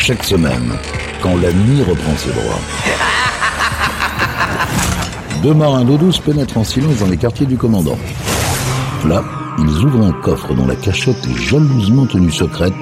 Chaque semaine, quand la nuit reprend ses droits. Deux marins d'eau douce pénètrent en silence dans les quartiers du commandant. Là, ils ouvrent un coffre dont la cachette est jalousement tenue secrète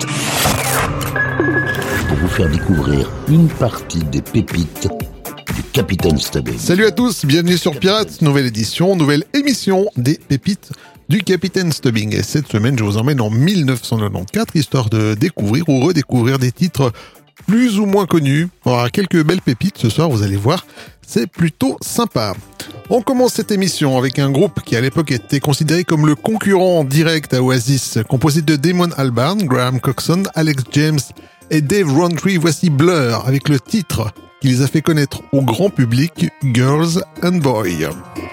pour vous faire découvrir une partie des pépites du Capitaine Stubbing. Salut à tous, bienvenue sur Pirates, nouvelle édition, nouvelle émission des pépites du Capitaine Stubbing. Et cette semaine, je vous emmène en 1994, histoire de découvrir ou redécouvrir des titres plus ou moins connus. On aura quelques belles pépites ce soir, vous allez voir, c'est plutôt sympa. On commence cette émission avec un groupe qui à l'époque était considéré comme le concurrent direct à Oasis, composé de Damon Albarn, Graham Coxon, Alex James et Dave Rowntree. Voici Blur avec le titre qui les a fait connaître au grand public, Girls and Boys.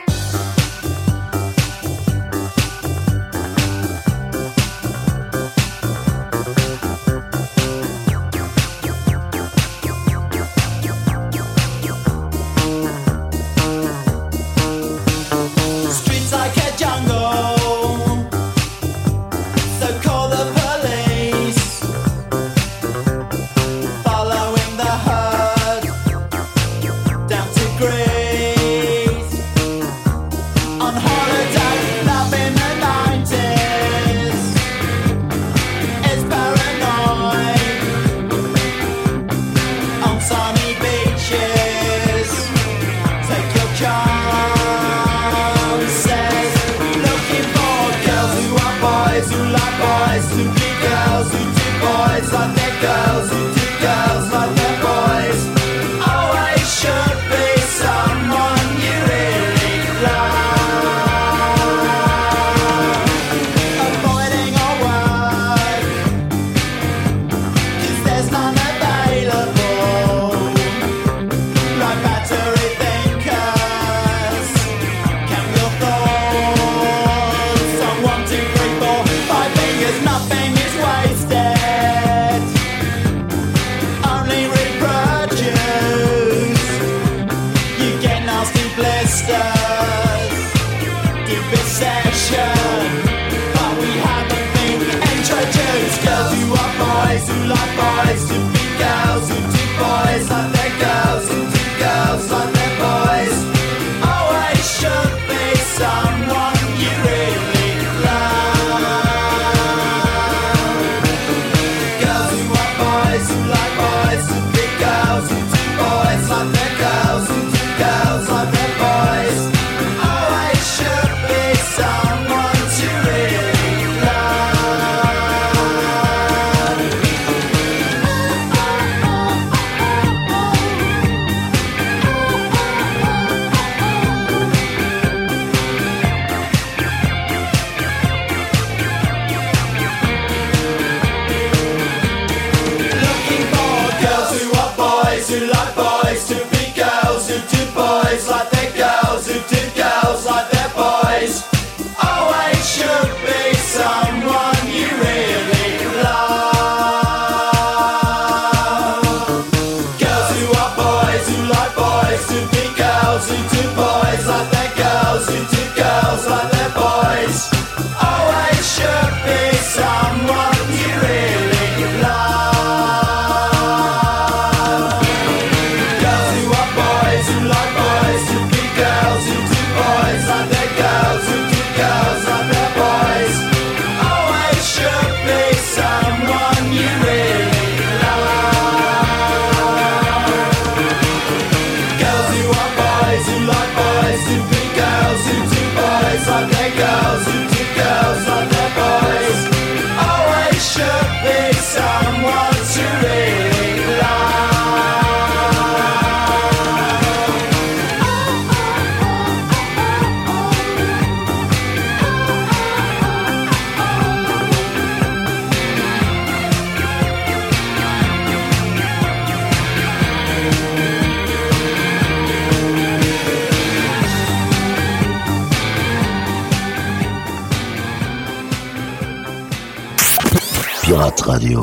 Pirate Radio.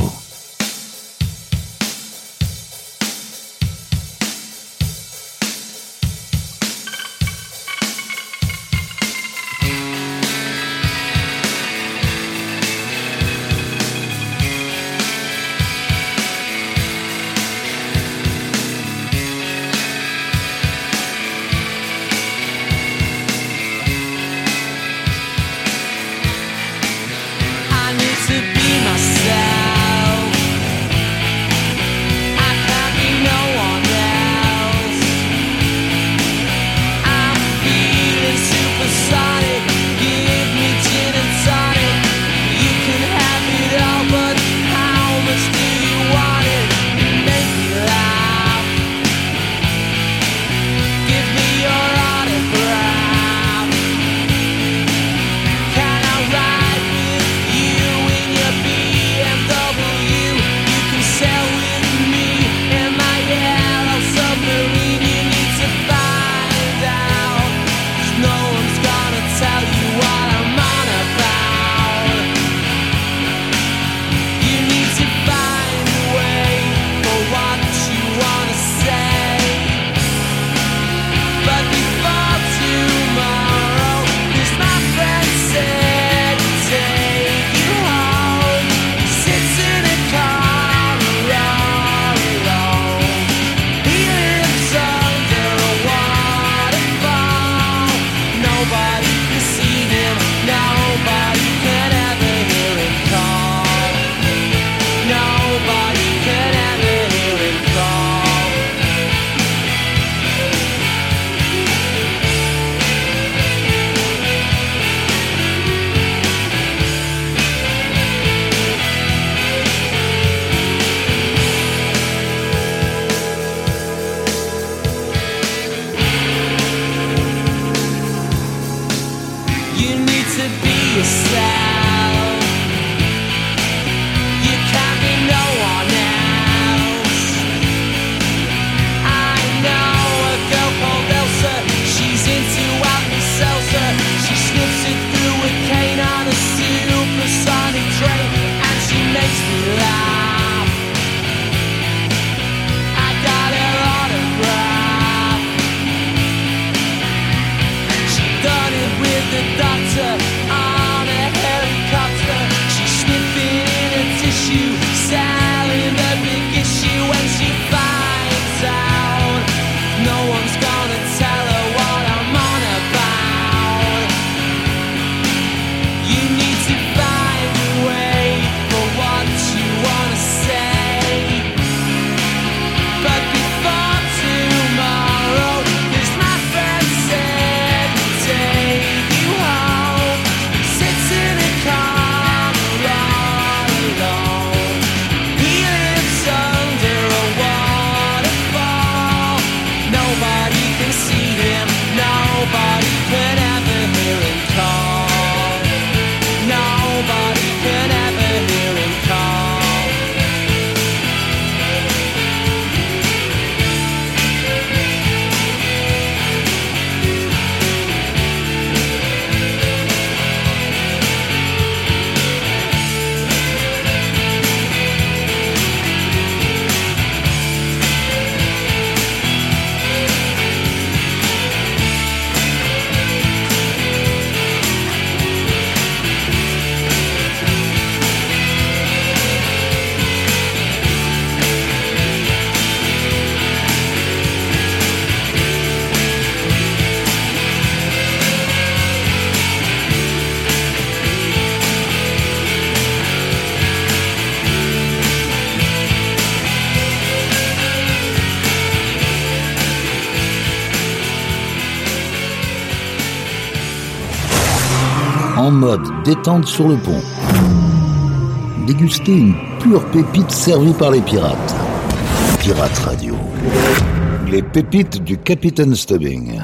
en mode détente sur le pont. Dégustez une pure pépite servie par les pirates. Pirate Radio. Les pépites du Capitaine Stubbing.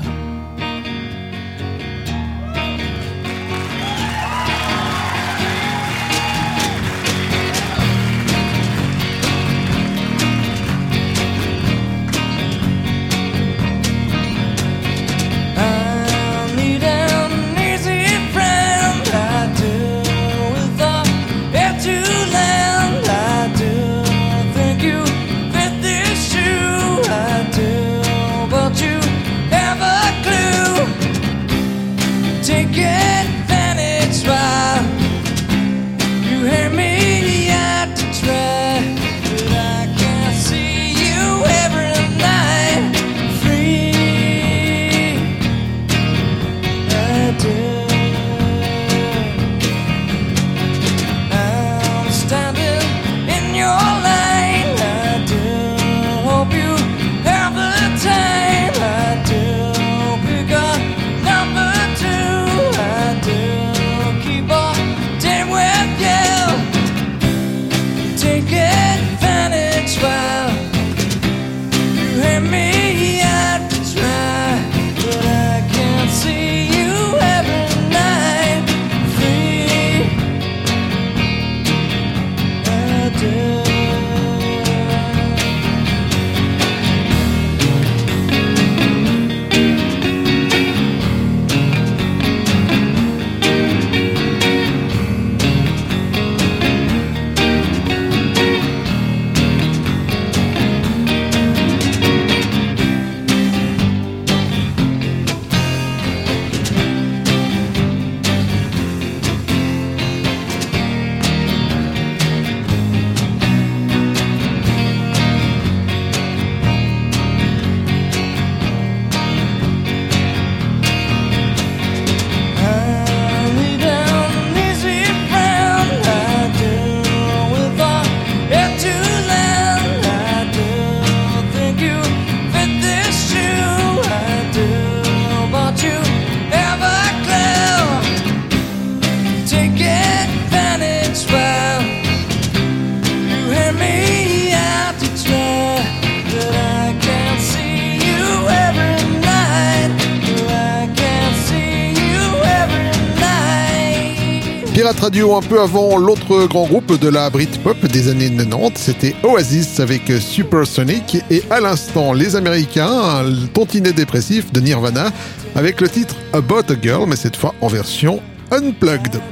Pirate Radio, un peu avant l'autre grand groupe de la Britpop des années 90, c'était Oasis avec Supersonic, et à l'instant les Américains, un tantinet dépressif de Nirvana avec le titre About a Girl, mais cette fois en version unplugged.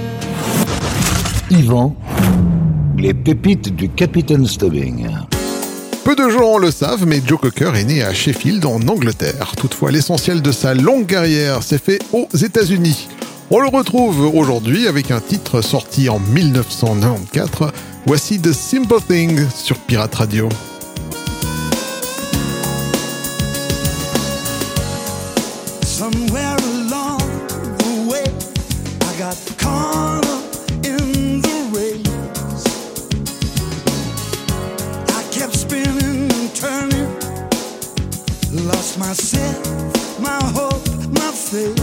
Yvan, les pépites du Capitaine Stubbing. Peu de gens le savent, mais Joe Cocker est né à Sheffield en Angleterre. Toutefois, l'essentiel de sa longue carrière s'est fait aux États-Unis. On le retrouve aujourd'hui avec un titre sorti en 1994. Voici The Simple Thing sur Pirate Radio. Somewhere along the way, I got caught up in the race. I kept spinning and turning, lost myself, my hope, my faith.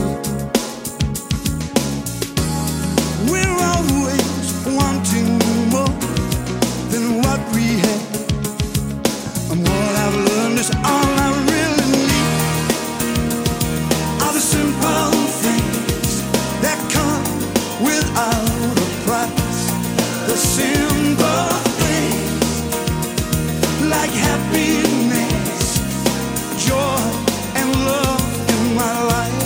We're always wanting more than what we have, and what I've learned is all I really need are the simple things that come without a price. The simple things like happiness, joy, and love in my life.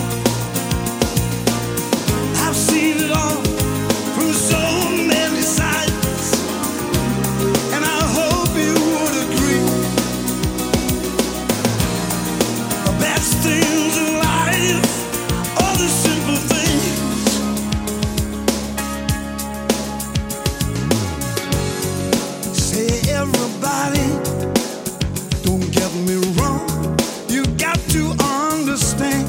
I've seen it all from so many sides, and I hope you would agree. The best things in life are the simple things. Say everybody, don't get me wrong, you got to understand.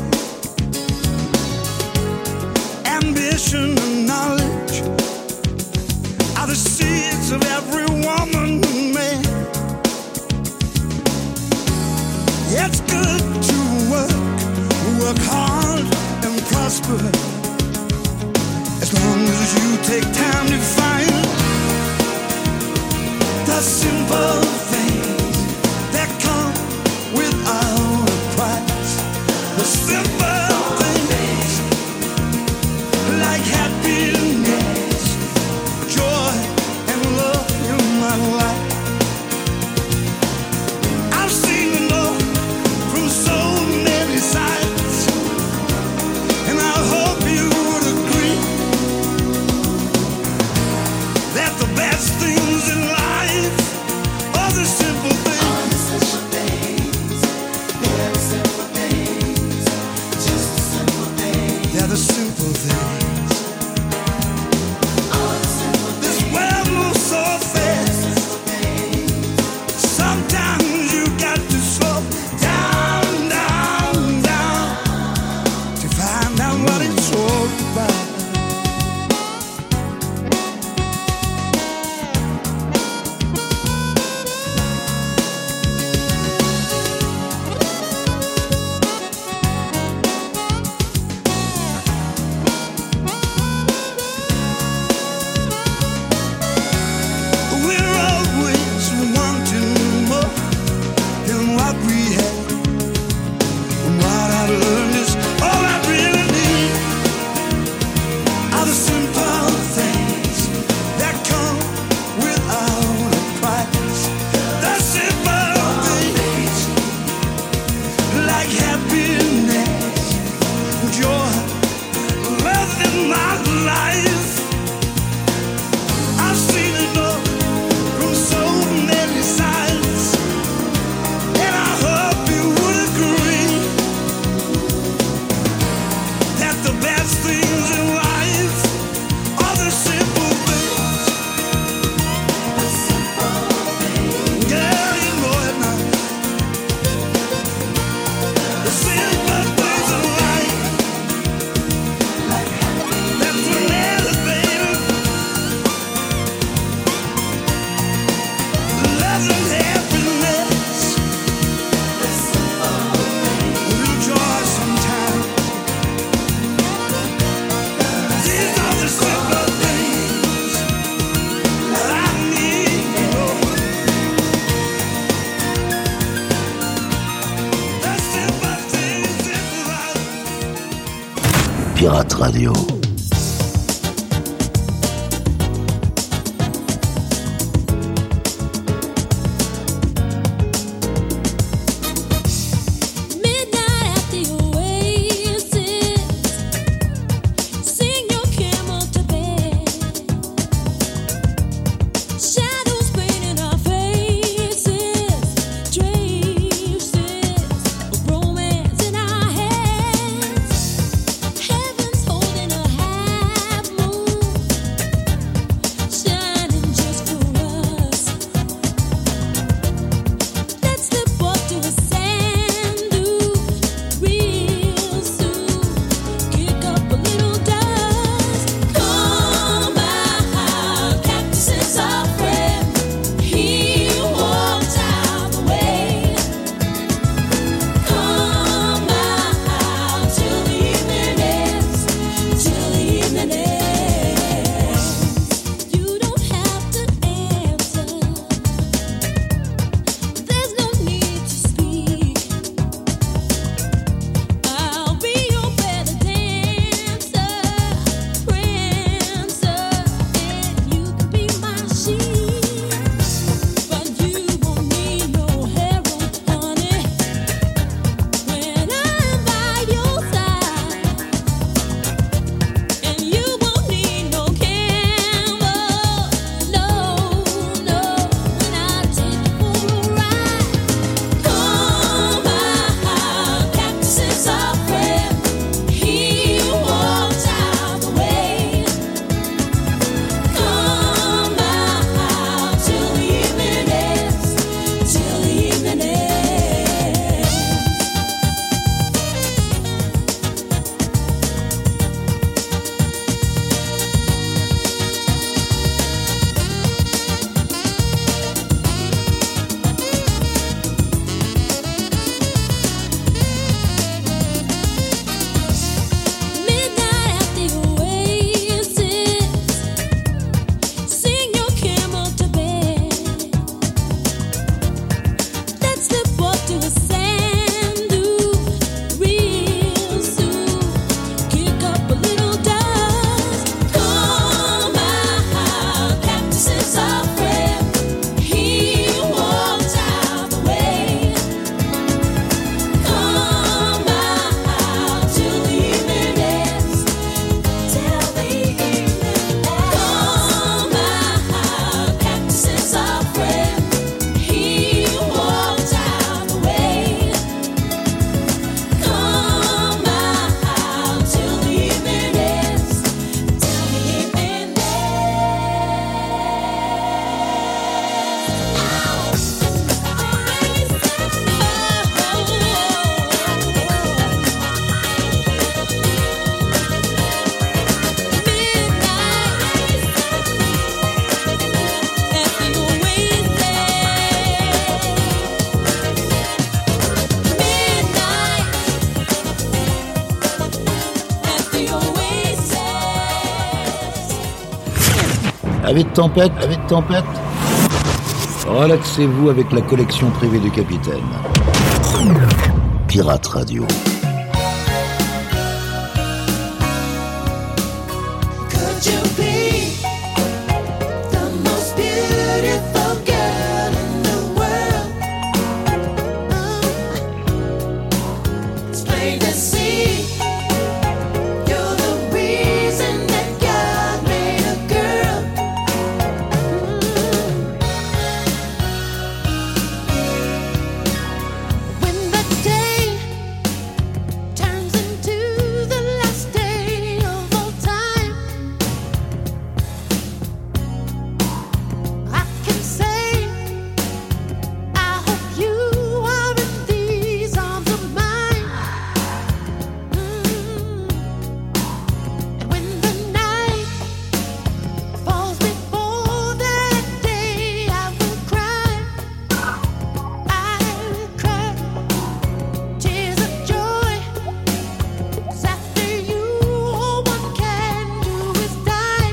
Ambition and knowledge are the seeds of every woman and man. It's good to work hard and prosper, the simple things that come without a price. The simple things like happiness, joy, and love in my life. I've seen the Lord from so many sides, and I hope you would agree that the best things in life are the simple things. They're the simple things, just the simple things. They're the simple things. This world moves so fast. Sometimes you got to slow down, down, down to find out what it's all about. We're always wanting more than what we have. And what I've learned is all I really need are the simple things that come without a price. The simple things like happiness, joy, love in my life. I've seen it all from so many sides, and I hope you would agree that the best things in life are the simple things. Yeah, you know it now. The simple things in life that will elevate love and happiness, little joy sometimes. These are the simple things that I need, Lord. The simple things in life. Pirate Radio. Midnight at the Oasis, sing your camel to bed. Shadows painting our faces, traces of romance in our heads. Heaven's holding a Avec tempête, relaxez-vous avec la collection privée du capitaine. Pirate Radio. Could you be the most beautiful girl in the world? It's plain to see you're the reason that God made a girl. When the day turns into the last day of all time, I can say I hope you are in these arms of mine. And when the night falls before that day, I will cry. I will cry tears of joy. 'Cause after you, all one can do is die.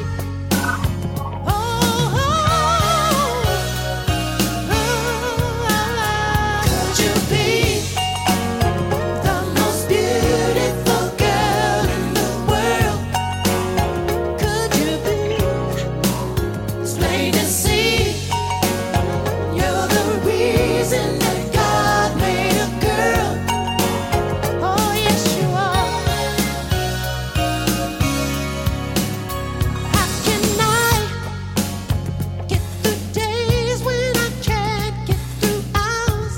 Could you be the most beautiful girl in the world? Could you be? It's plain to see you're the reason that God made a girl. Oh, yes, you are. How can I get through days when I can't get through hours?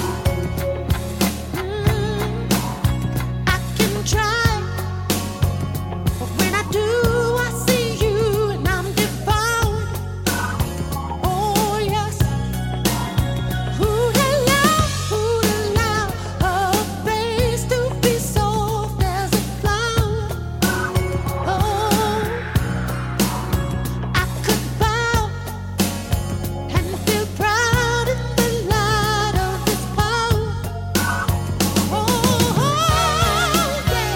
I can try, but when I do, I see you and I'm devoured. Oh, yes. Who'd allow a face to be soft as a flower? Oh, I could bow and feel proud in the light of His power. Oh, yeah.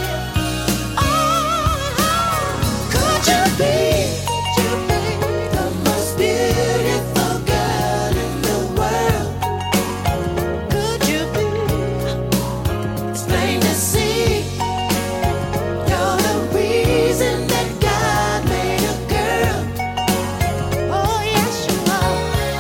Could you be the most beautiful girl in the world? Could you be? It's plain to see you're the reason that God made a girl. Oh, yes, you are.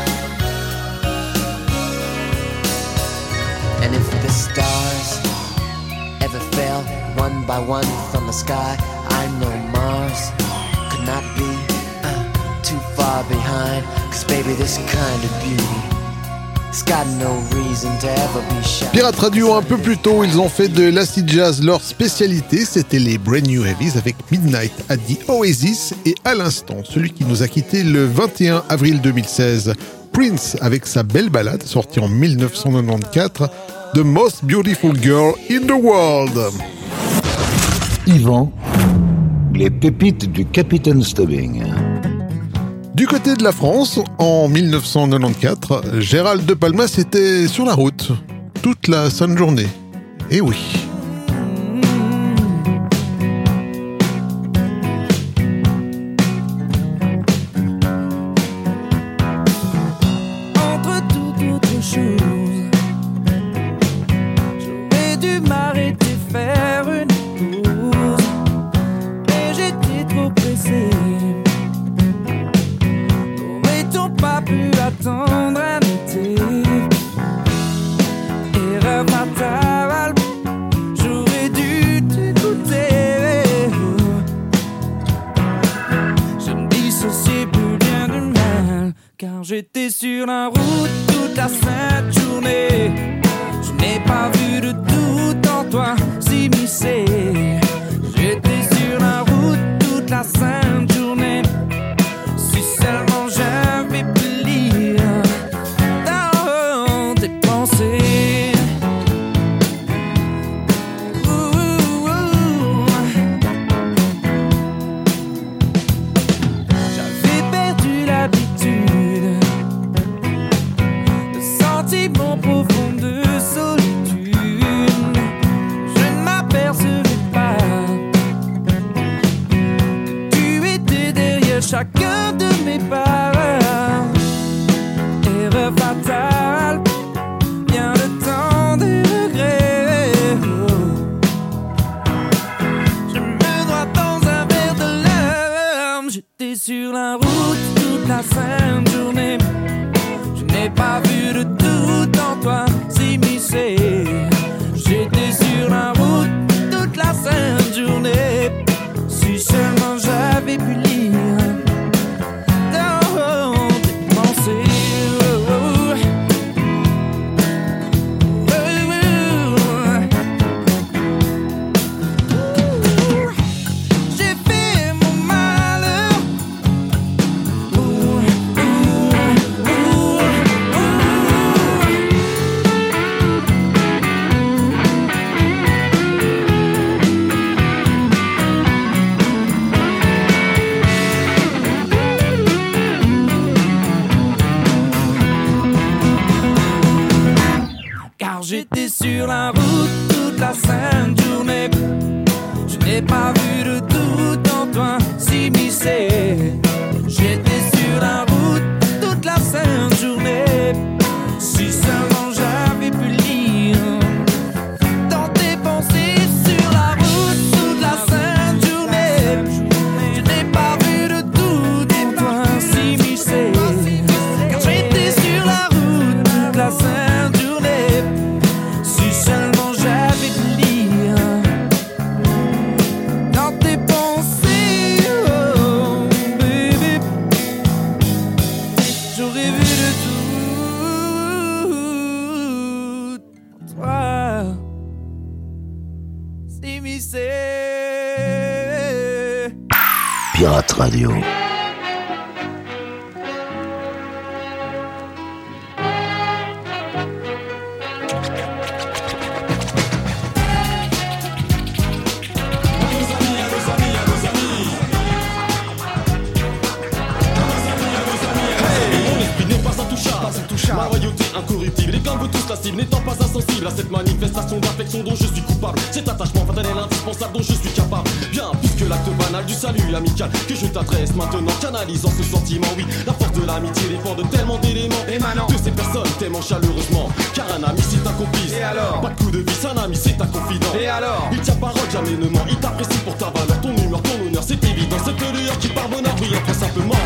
And if the stars ever fell one by one from the sky, I know Mars could not be too far behind. 'Cause baby, this kind of beauty, it's got no reason to ever be shy. Pirate Radio, un peu plus tôt, ils ont fait de l'acid jazz leur spécialité. C'était les Brand New Heavies avec Midnight at the Oasis. Et à l'instant, celui qui nous a quitté le 21 avril 2016, Prince avec sa belle ballade sortie en 1994, The Most Beautiful Girl in the World. Yvan, les pépites du Capitaine Stubbing. Du côté de la France, en 1994, Gérald de Palmas était sur la route toute la sainte journée. Eh oui. Entre toute autre chose, j'aurais dû m'arrêter, faire une pause, mais j'étais trop pressé. N'aurait-on pas pu attendre un été? Erreur fatale, j'aurais dû t'écouter. Je me dissociais plus bien du mal, car j'étais sur la route toute la sainte journée. Je n'ai pas vu de doute en toi s'immiscer. J'étais sur la route toute la sainte journée. Si seulement j'avais pu lire dans tes pensées. J'avais perdu l'habitude de sentiments profonds de solitude. Je ne m'apercevais la route toute la sainte journée. Je n'ai pas vu de tout en toi s'immiscer. J'étais sur la route toute la sainte journée. Si seulement j'avais pu lire dans tes pensées. J'étais sur la route toute la sainte journée. Je n'ai pas vu de tout en toi s'immiscer. J'étais sur la route toute la sainte journée. Si seulement j'avais pu lire dans tes pensées. Sur la route toute la sainte journée. Je n'ai pas vu de tout en toi s'immiscer. Car j'étais sur la route toute la sainte journée. Seulement j'avais pu lire dans tes pensées, oh baby. J'aurais vu de tout pour toi s'immiscer. Pirate Radio. Ma royauté incorruptible et comme vous tous la cible, n'étant pas insensible à cette manifestation d'affection dont je suis coupable. Cet attachement fatal et indispensable dont je suis capable. Bien plus que l'acte banal du salut amical que je t'adresse maintenant, canalisant ce sentiment. Oui, la force de l'amitié dépend de tellement d'éléments émanant de ces personnes t'aimant chaleureusement. Car un ami c'est un complice. Et alors? Pas de coup de vis, un ami c'est un confident. Et alors? Il tient parole, jamais ne ment. Il t'apprécie pour ta valeur, ton humeur, ton honneur, c'est évident. Cette lueur qui par bonheur brille très simplement.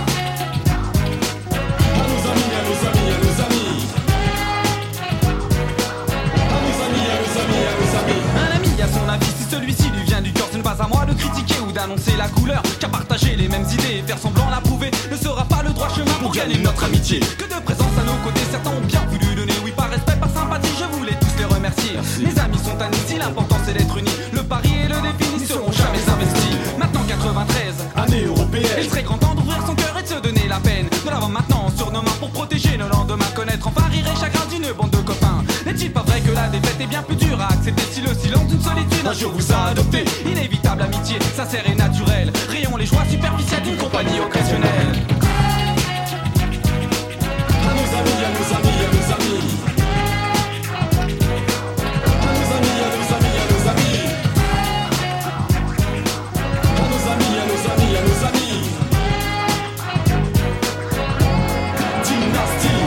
Un ami a son avis, si celui-ci lui vient du cœur, ce n'est pas à moi de critiquer ou d'annoncer la couleur. Qu'à partager les mêmes idées et faire semblant l'approuver ne sera pas le droit chemin pour gagner notre amitié. Que de présence à nos côtés, certains ont bien voulu donner, oui par respect, par sympathie, je voulais tous les remercier. Les amis sont à nous, si l'important c'est d'être unis. Le pari et le défi n'y seront jamais investis. Maintenant 93, année européenne, il serait grand temps d'ouvrir son cœur et de se donner la peine. De l'avant maintenant sur nos mains pour protéger nos lendemains. Connaître enfin rire et chagrin d'une bande de copains. N'est-il pas vrai que la défaite est bien plus dure à accepter si le silence d'une solitude un jour vous a adopté? Inévitable amitié, sincère et naturelle. Rayons les joies superficielles d'une compagnie occasionnelle. À nos amis, à nos amis, à nos amis. À nos amis, à nos amis, à nos amis. À nos amis, à nos amis, à nos amis. Dynastie.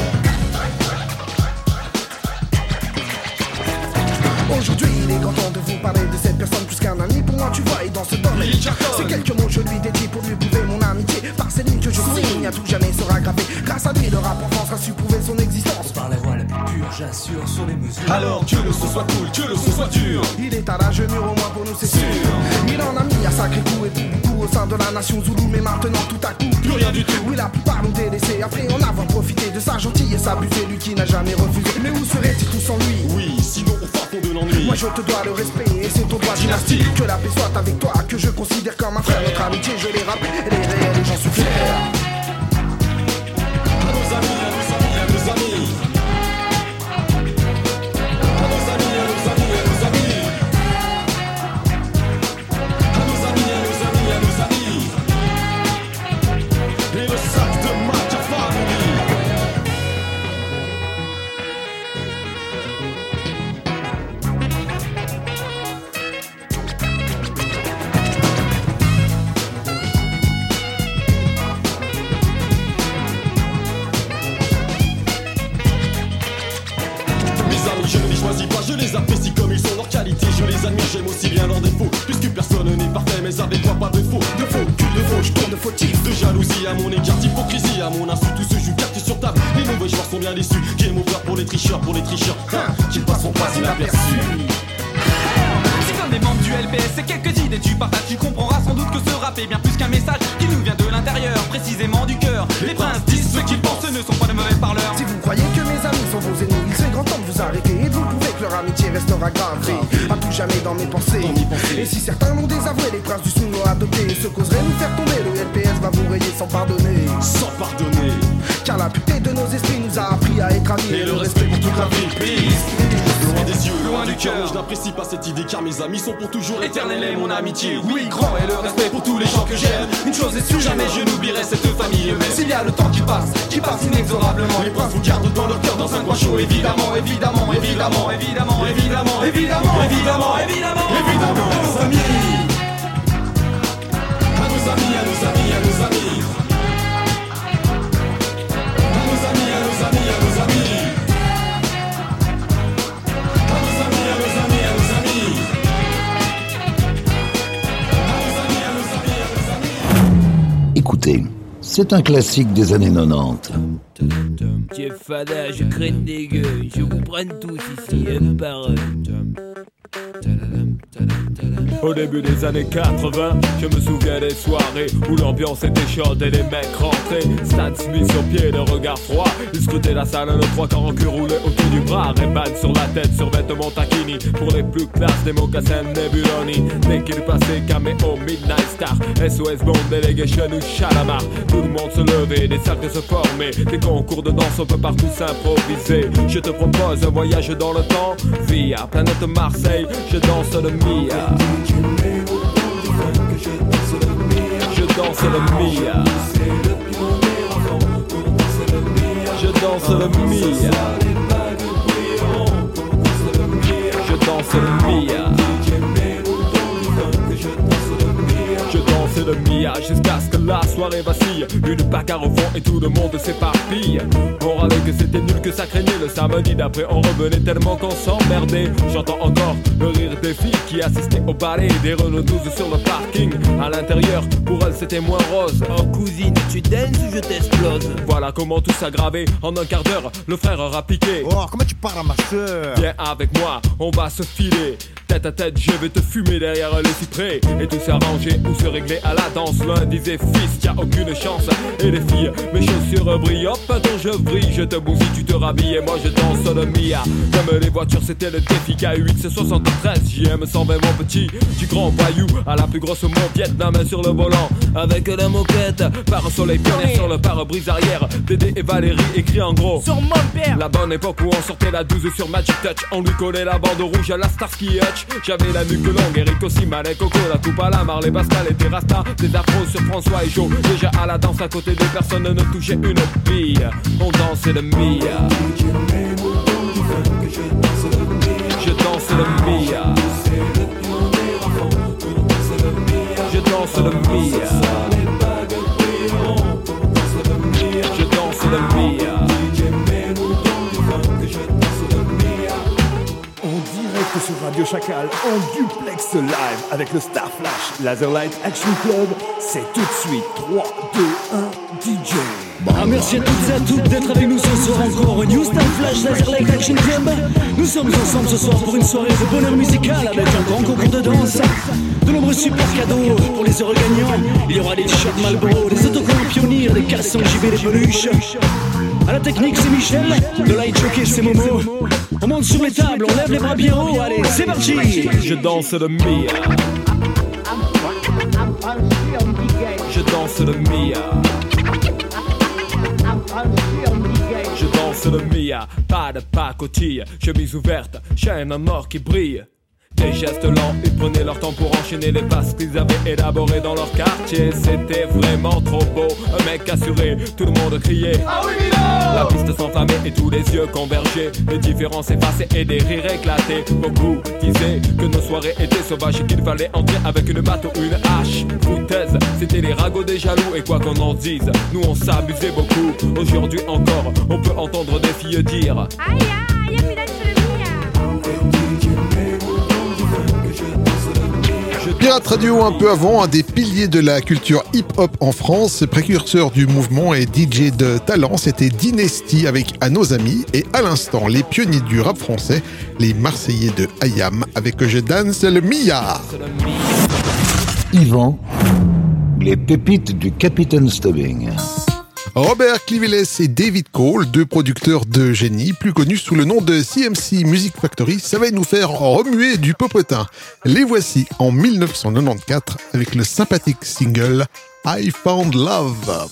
Aujourd'hui il est grand temps de vous parler de cette personne plus qu'un ami pour moi tu vois et dans ce domaine. Ces quelques mots je lui dédie pour lui prouver mon amitié. Par ces lignes que je signe à tout jamais sera gravé. Grâce à lui le rap en France a su prouver son existence. Par les voies les plus pures j'assure sur les mesures. Alors que le son soit cool, que le son soit dur. Il est à l'âge mûr au moins pour nous c'est sûr. Il en a mis à sacré coup et pour beaucoup au sein de la nation Zoulou. Mais maintenant tout à coup plus rien du tout. Oui la plupart l'ont délaissé après en avoir profité de sa gentillesse abusée. Lui qui n'a jamais refusé. Mais où serait-il tout sans lui? Oui sinon au fin fond de l'ennui. Moi je te dois le respect et c'est ton droit dynastie. Que la paix soit avec toi, que je considère comme un frère. Notre amitié je les rappelle, elle est réelle et j'en suis fier. À nos amis, à nos amis, à nos amis. À nos amis, à nos amis, à nos amis. À nos amis, à nos amis, à nos amis. Et le sac de Maca Family. Je ne les choisis pas, je les apprécie comme ils sont. Leurs qualités, je les admire, j'aime aussi bien leurs défauts. Puisque personne n'est parfait, mais avec moi pas de faux. De faux, que de faux. je tourne de fautif. De jalousie à mon égard, d'hypocrisie à mon insu. Tout se joue carte sur table, les mauvais joueurs sont bien déçus. Game over pour les tricheurs, qu'ils passeront pas inaperçus. C'est comme les membres du LPS, c'est quelques idées tu partages. Tu comprendras sans doute que ce rap est bien plus qu'un message qui nous vient de l'intérieur, précisément du cœur. Les princes disent ce qu'ils pensent, ce ne sont pas de mauvais parleurs. Si vous croyez que mes amis sont vos ennemis, il serait grand temps de vous arrêter et de vous prouver que leur amitié restera gravée à tout jamais dans mes pensées. Et si certains l'ont désavoué, les princes du son l'ont adopté, ce qu'oserait nous faire tomber, le LPS va vous rayer sans pardonner. Sans pardonner. Car la pureté de nos esprits nous a appris à être amis. Et le respect pour toute la vie. Loin des yeux, loin du cœur. Je n'apprécie pas cette idée car mes amis sont pour toujours éternels et mon amitié. Oui, grand est le respect pour tous les gens que j'aime. Une chose est sûre, jamais je n'oublierai cette famille même. S'il y a le temps qui passe inexorablement, les princes vous gardent dans leur cœur dans un coin chaud. Évidemment, évidemment, évidemment, évidemment, évidemment, évidemment, évidemment, évidemment, évidemment, à nos amis. À nos amis, à nos amis, à nos amis. À nos amis, à nos amis, à nos amis. Écoutez, c'est un classique des années 90. Tiens fada, je craigne des gueules, je vous prenne tous ici, un par un. Au début des années 80, je me souviens des soirées où l'ambiance était chaude et les mecs rentraient. Stan Smith sur pied, le regard froid. Ils scrutaient la salle, le 3 quarts en cul roulé autour du bras. Ray-Ban sur la tête, sur vêtements taquini. Pour les plus classes, des mocassins Nebuloni. Dès qu'il passait, caméo, Midnight Star, SOS Bond, Delegation ou Chalamar. Tout le monde se levait, des cercles se formaient. Des concours de danse, on peut partout s'improviser. Je te propose un voyage dans le temps via planète Marseille. Je danse le Mia. Je danse le Mia. Je danse le Mia. Je danse le Mia. Je danse le Mia jusqu'à ce que la soirée vacille. Une bagarre au fond et tout le monde s'éparpille. On râlait que c'était nul, que ça craignait. Le samedi d'après on revenait tellement qu'on s'emmerdait. J'entends encore le rire des filles qui assistaient au ballet des Renault 12 sur le parking. À l'intérieur, pour elles c'était moins rose. Oh cousine, tu danses ou je t'explose? Voilà comment tout s'aggravait. En un quart d'heure, le frère aura piqué. Oh, comment tu parles à ma soeur? Viens avec moi, on va se filer. Tête à tête, je vais te fumer derrière les cyprès. Et tout s'arranger ou se régler à la danse. L'un disait fils, y'a aucune chance. Et les filles, mes chaussures brillent. Hop, attends, je brille, je te bousille, tu te rhabilles. Et moi je danse le Mia. Comme les voitures, c'était le défi. K8, c'est 73, JM 120, mon petit. Du grand bayou à la plus grosse mauviette. La main sur le volant, avec la moquette. Par soleil pionnier sur le pare-brise arrière. Dédé et Valérie écrit en gros sur mon père. La bonne époque où on sortait la 12 sur Magic Touch. On lui collait la bande rouge à la Starsky Hutch. J'avais la nuque longue, Eric aussi, Manet, Coco, la coupe à la Marley, Pascal et Rasta. Des afros sur François et Joe. Déjà à la danse à côté des personnes ne touchait une bille. On dansait le Mia. Je danse le Mia. Je danse le Mia. Je danse le Mia. Sur Radio Chacal en duplex live avec le Star Flash Laserlight Action Club. C'est tout de suite 3, 2, 1, DJ. Merci à toutes et à toutes d'être avec nous ce soir encore au New Star Flash Laserlight Action Club. Nous sommes ensemble ce soir pour une soirée de bonheur musical avec un grand concours de danse, de nombreux super cadeaux pour les heureux gagnants. Il y aura des t-shirts Marlboro, des autocollants Pionnier, des caleçons JB, des peluches. À la technique c'est Michel, le light jockey c'est Momo. On monte sur les tables, on lève les bras bien haut, allez c'est parti. Je danse le Mia. Je danse le Mia. Je danse le Mia. Pas de pacotille, chemise ouverte, chaîne en or qui brille. Des gestes lents, ils prenaient leur temps pour enchaîner les passes qu'ils avaient élaborées dans leur quartier. C'était vraiment trop beau, un mec assuré, tout le monde criait ah oui Milo. La piste s'enflammait et tous les yeux convergeaient. Les différences effacées et des rires éclatés. Beaucoup disaient que nos soirées étaient sauvages et qu'il fallait entrer avec une batte ou une hache. Foutaise, c'était les ragots des jaloux. Et quoi qu'on en dise, nous on s'amusait beaucoup. Aujourd'hui encore, on peut entendre des filles dire aïe aïe, y'a plus d'être sur le Mia. Je Pirate Radio un peu avant, un des piliers de la culture hip-hop en France, précurseur du mouvement et DJ de talent, c'était Dynasty avec À nos amis et à l'instant les pionniers du rap français, les Marseillais de IAM avec Je danse le Mia. Yvan, les pépites du Capitaine Stubbing. Robert Clivillés et David Cole, deux producteurs de génie, plus connus sous le nom de CMC Music Factory, savaient nous faire remuer du popotin. Les voici en 1994 avec le sympathique single I Found Love.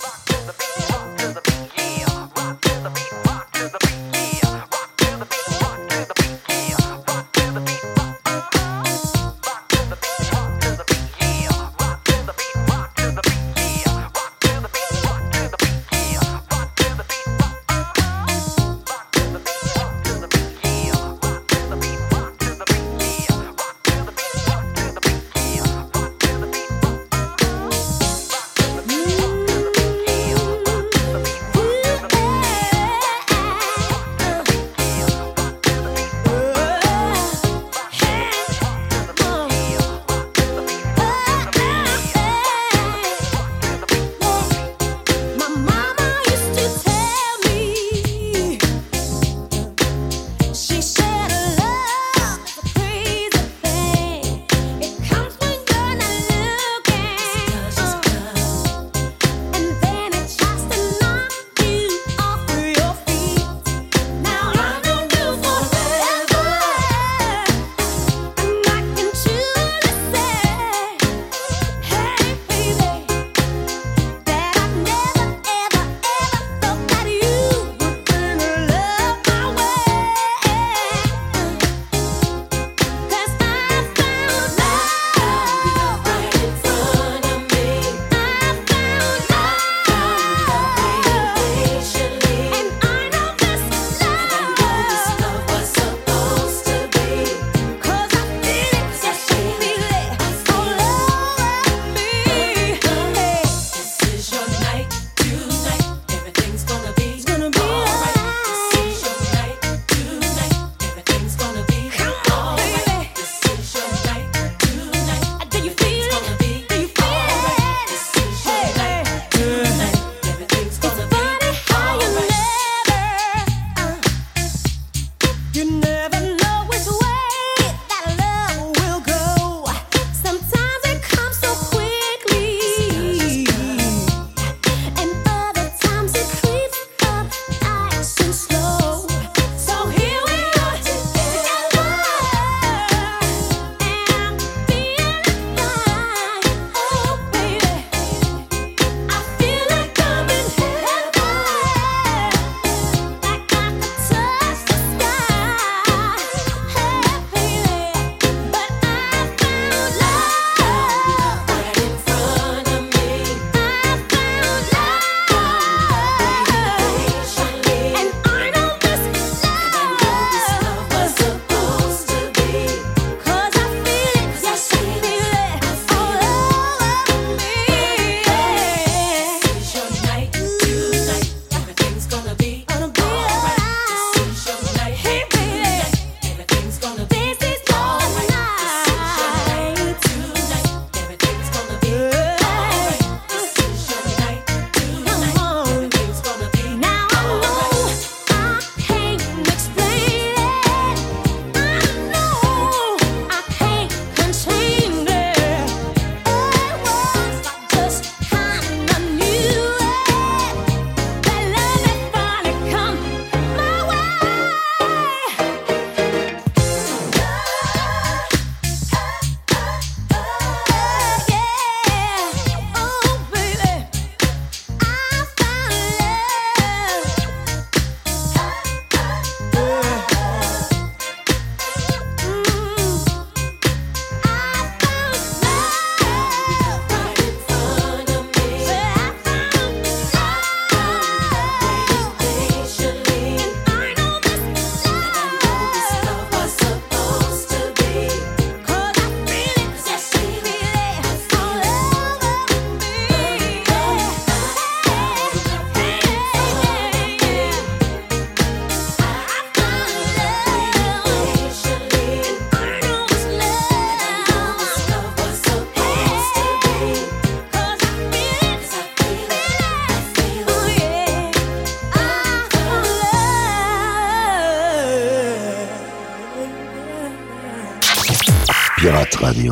Pirate Radio.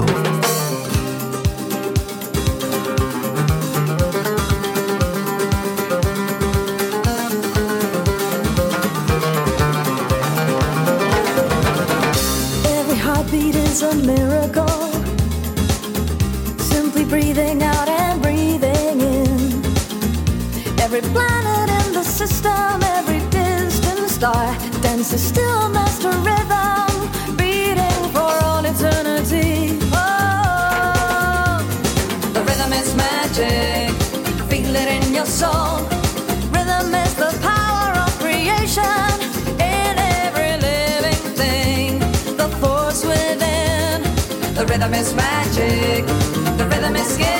Every heartbeat is a miracle. Simply breathing out and breathing in. Every planet in the system, every distant star dances still master rhythm, beating for all eternity. Oh, the rhythm is magic. Feel it in your soul. Rhythm is the power of creation in every living thing. The force within. The rhythm is magic. The rhythm is gift.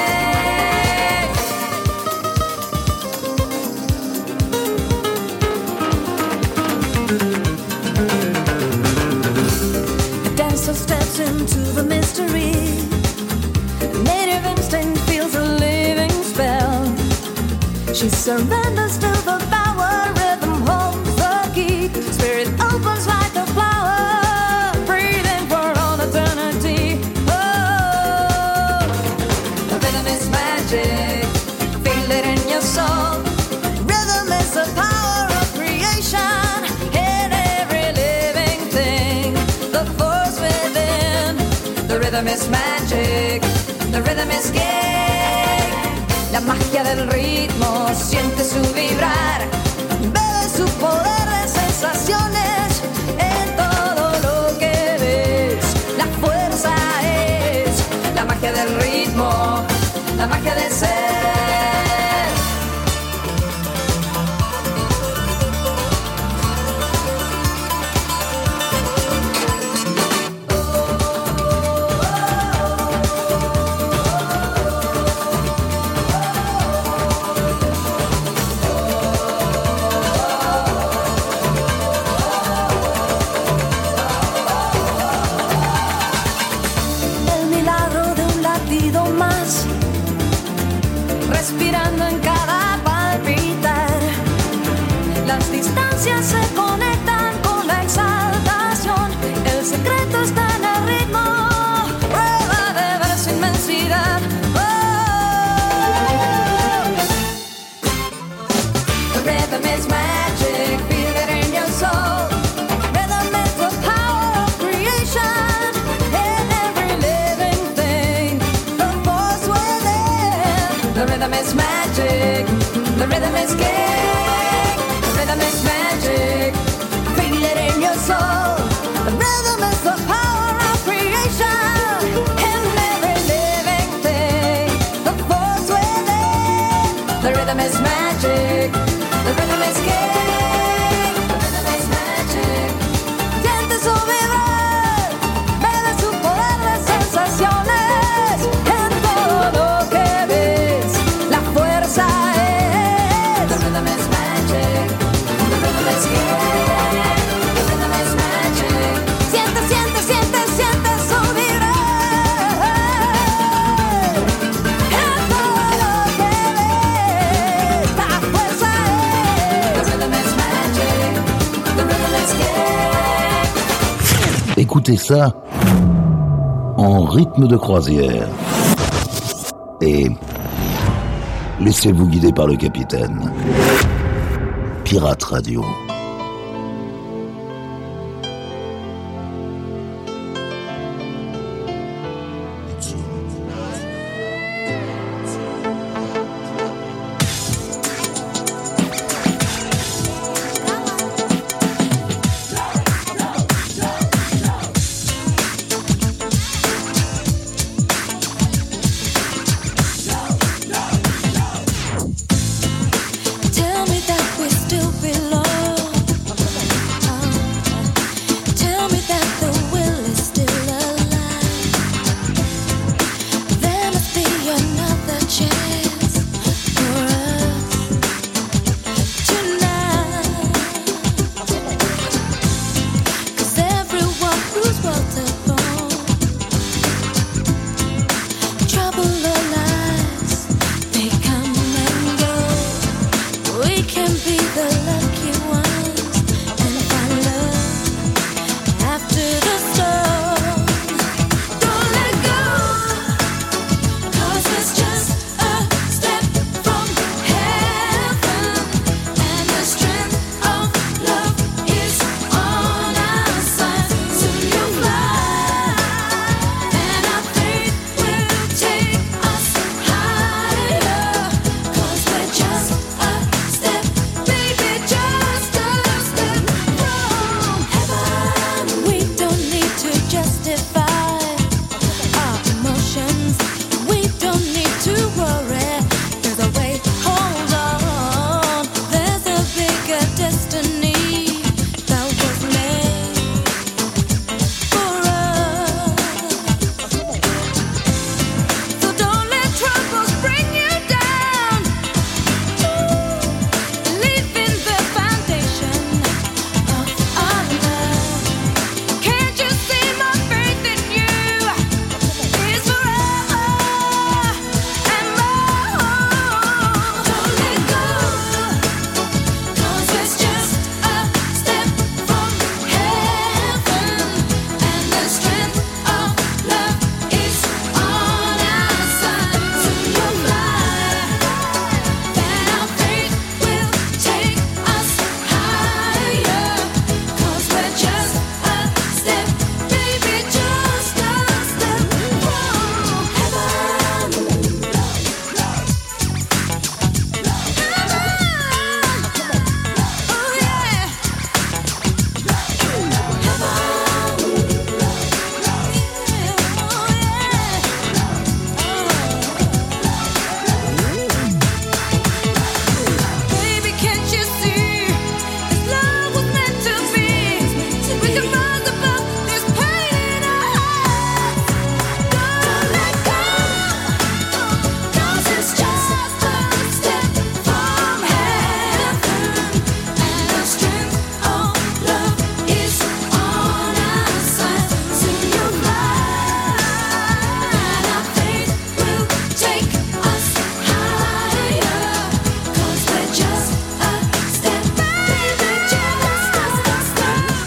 The dancer steps into the mystery. Native instinct feels a living spell. She surrenders to the power. Rhythm holds the key. Spirit opens like a flower, breathing for all eternity. Oh, the rhythm is magic. Feel it in your soul. Rhythm is the power of creation in every living thing. The force within. The rhythm is magic. The rhythm is gay. La magia del ritmo, siente su vibrar, bebe su poder de sensaciones en todo lo que ves. La fuerza es la magia del ritmo, la magia del ser. El milagro de un latido más, respirando en cada palpitar. Las distancias se conectan con la exaltación. El secreto está en el ritmo, prueba de ver su inmensidad. Oh, the rhythm is magic, feel it in your soul. Rhythm is the power of creation in every living thing. The force within. The rhythm is magic. The rhythm is king. The rhythm is magic. Feel it in your soul. The rhythm is the power of creation in every living thing. The force within. The rhythm is magic. The rhythm is king. The rhythm is magic. Siente su vibrar, bebe su poder de sensaciones en todo lo que ves. La fuerza es. The rhythm is magic. The rhythm is king. The rhythm is magic. Siente, siente, siente, siente su vibrar en todo lo que ves. La fuerza es. The rhythm is magic. The rhythm is king. Écoutez ça en rythme de croisière. Et laissez-vous guider par le capitaine. Pirate Radio. Tell me that we still belong.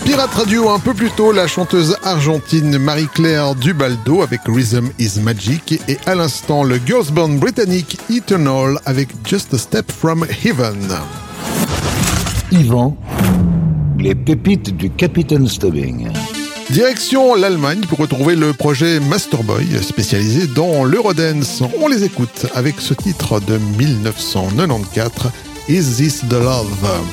Pirate Radio, un peu plus tôt, la chanteuse argentine Marie-Claire Dubaldo avec Rhythm is Magic et à l'instant le girls band britannique Eternal avec Just a Step from Heaven. Yvan, les pépites du Capitaine Stubbing. Direction l'Allemagne pour retrouver le projet Masterboy spécialisé dans l'Eurodance. On les écoute avec ce titre de 1994, Is This the Love?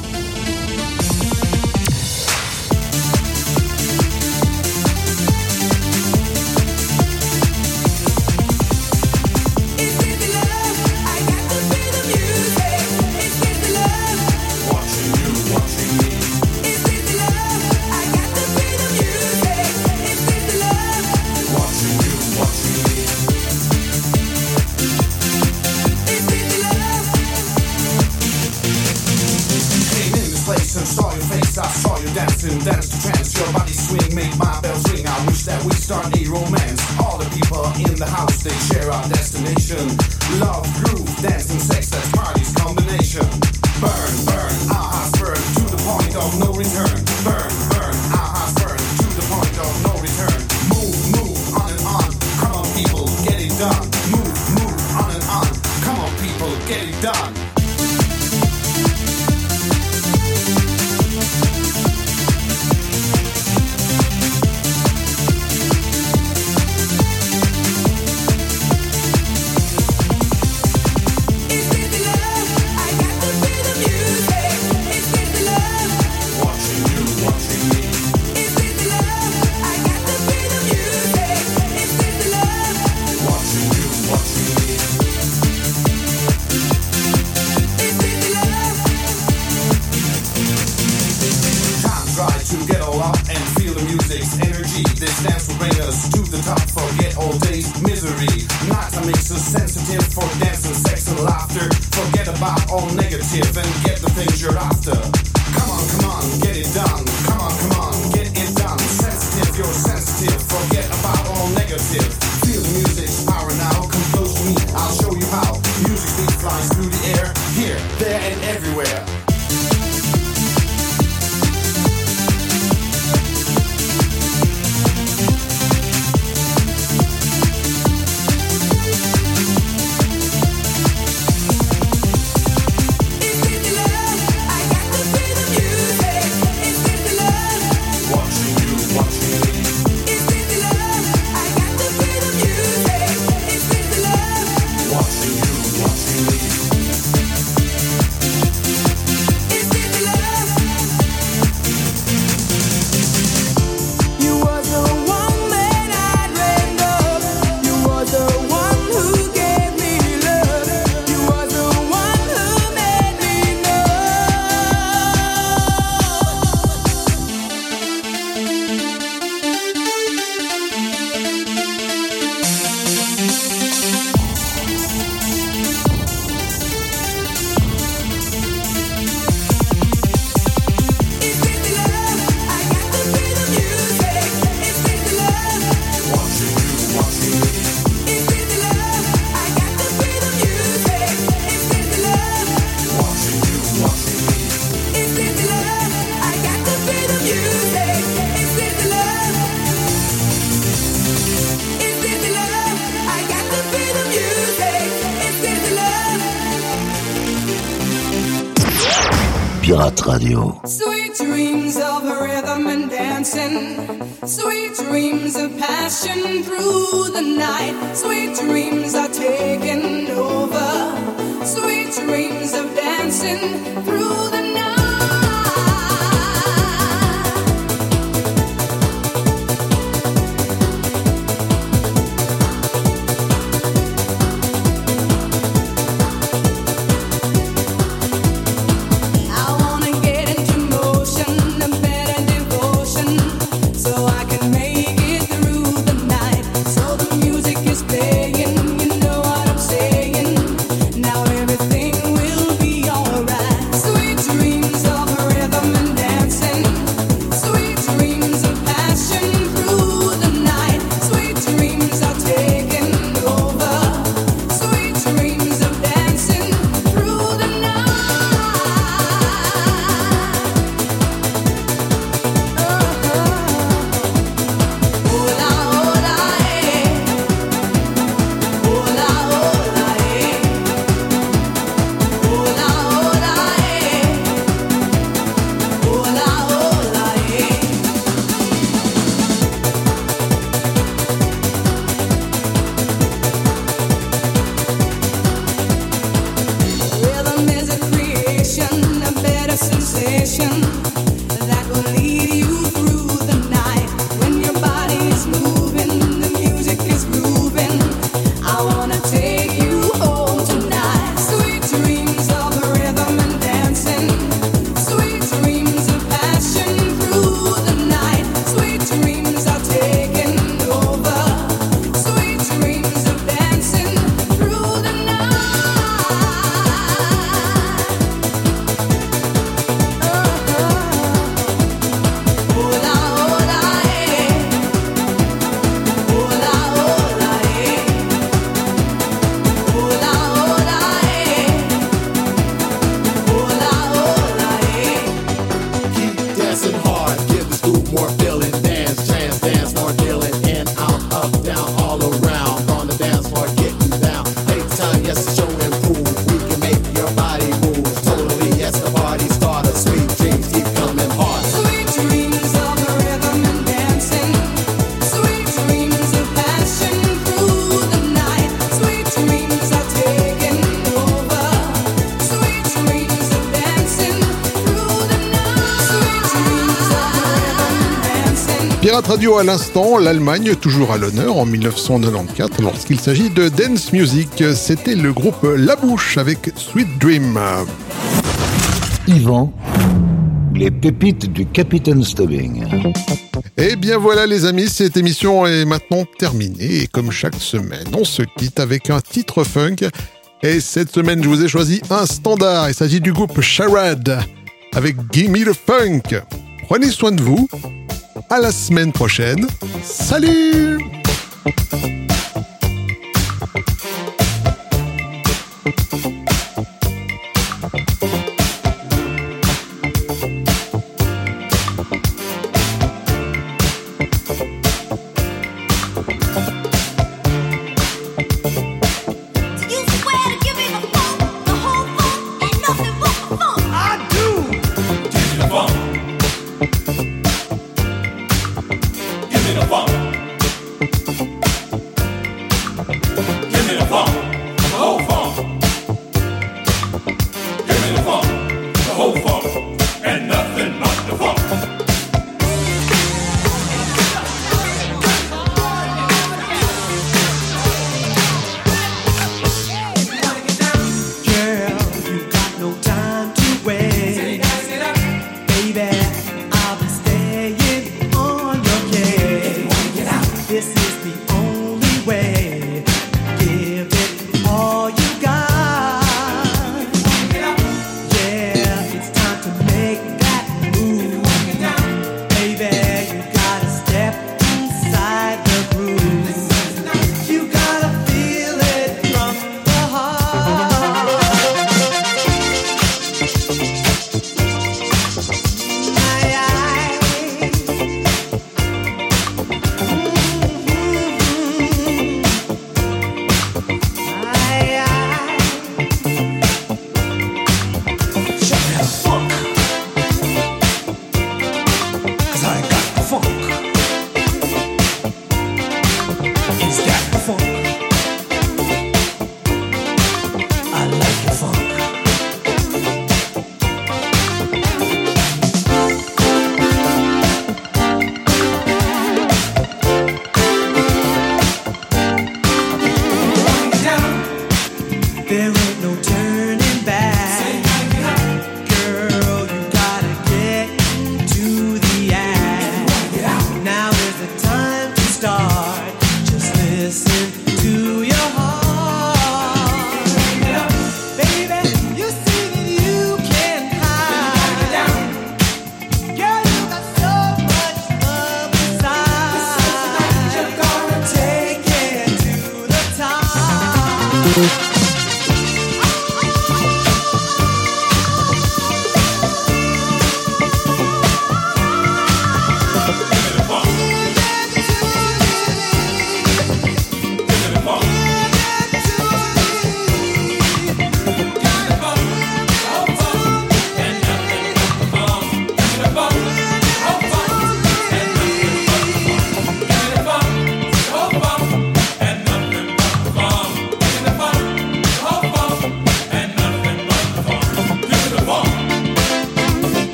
Dance to trance, your body swing, make my bells ring. I wish that we start a romance. All the people in the house, they share our destination. Love, groove, dancing, sex, that's party's combination. Burn, burn, our hearts burn to the point of no return. Burn, burn, our hearts burn to the point of no return. Move, move, on and on. Come on, people, get it done. Move, move, on and on. Come on, people, get it done. Pirate Radio. Sweet dreams of rhythm and dancing, sweet dreams of passion through the night, sweet dreams are taking over, sweet dreams of dancing through the night. Sweet dreams of her Pirate Radio à l'instant, l'Allemagne toujours à l'honneur en 1994 lorsqu'il s'agit de dance music. C'était le groupe La Bouche avec Sweet Dream. Yvan, les pépites du Capitaine Stubbing. Et bien voilà les amis, cette émission est maintenant terminée et comme chaque semaine, on se quitte avec un titre funk. Et cette semaine, je vous ai choisi un standard. Il s'agit du groupe Charade avec Gimme the Funk. Prenez soin de vous. À la semaine prochaine. Salut!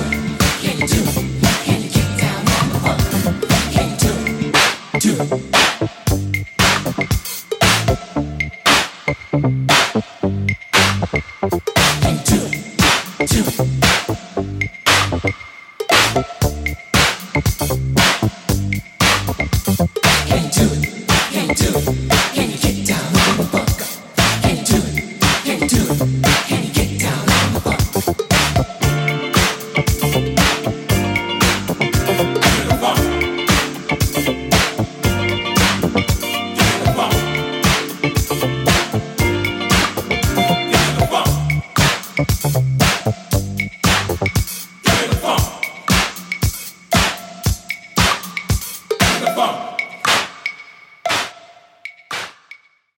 do.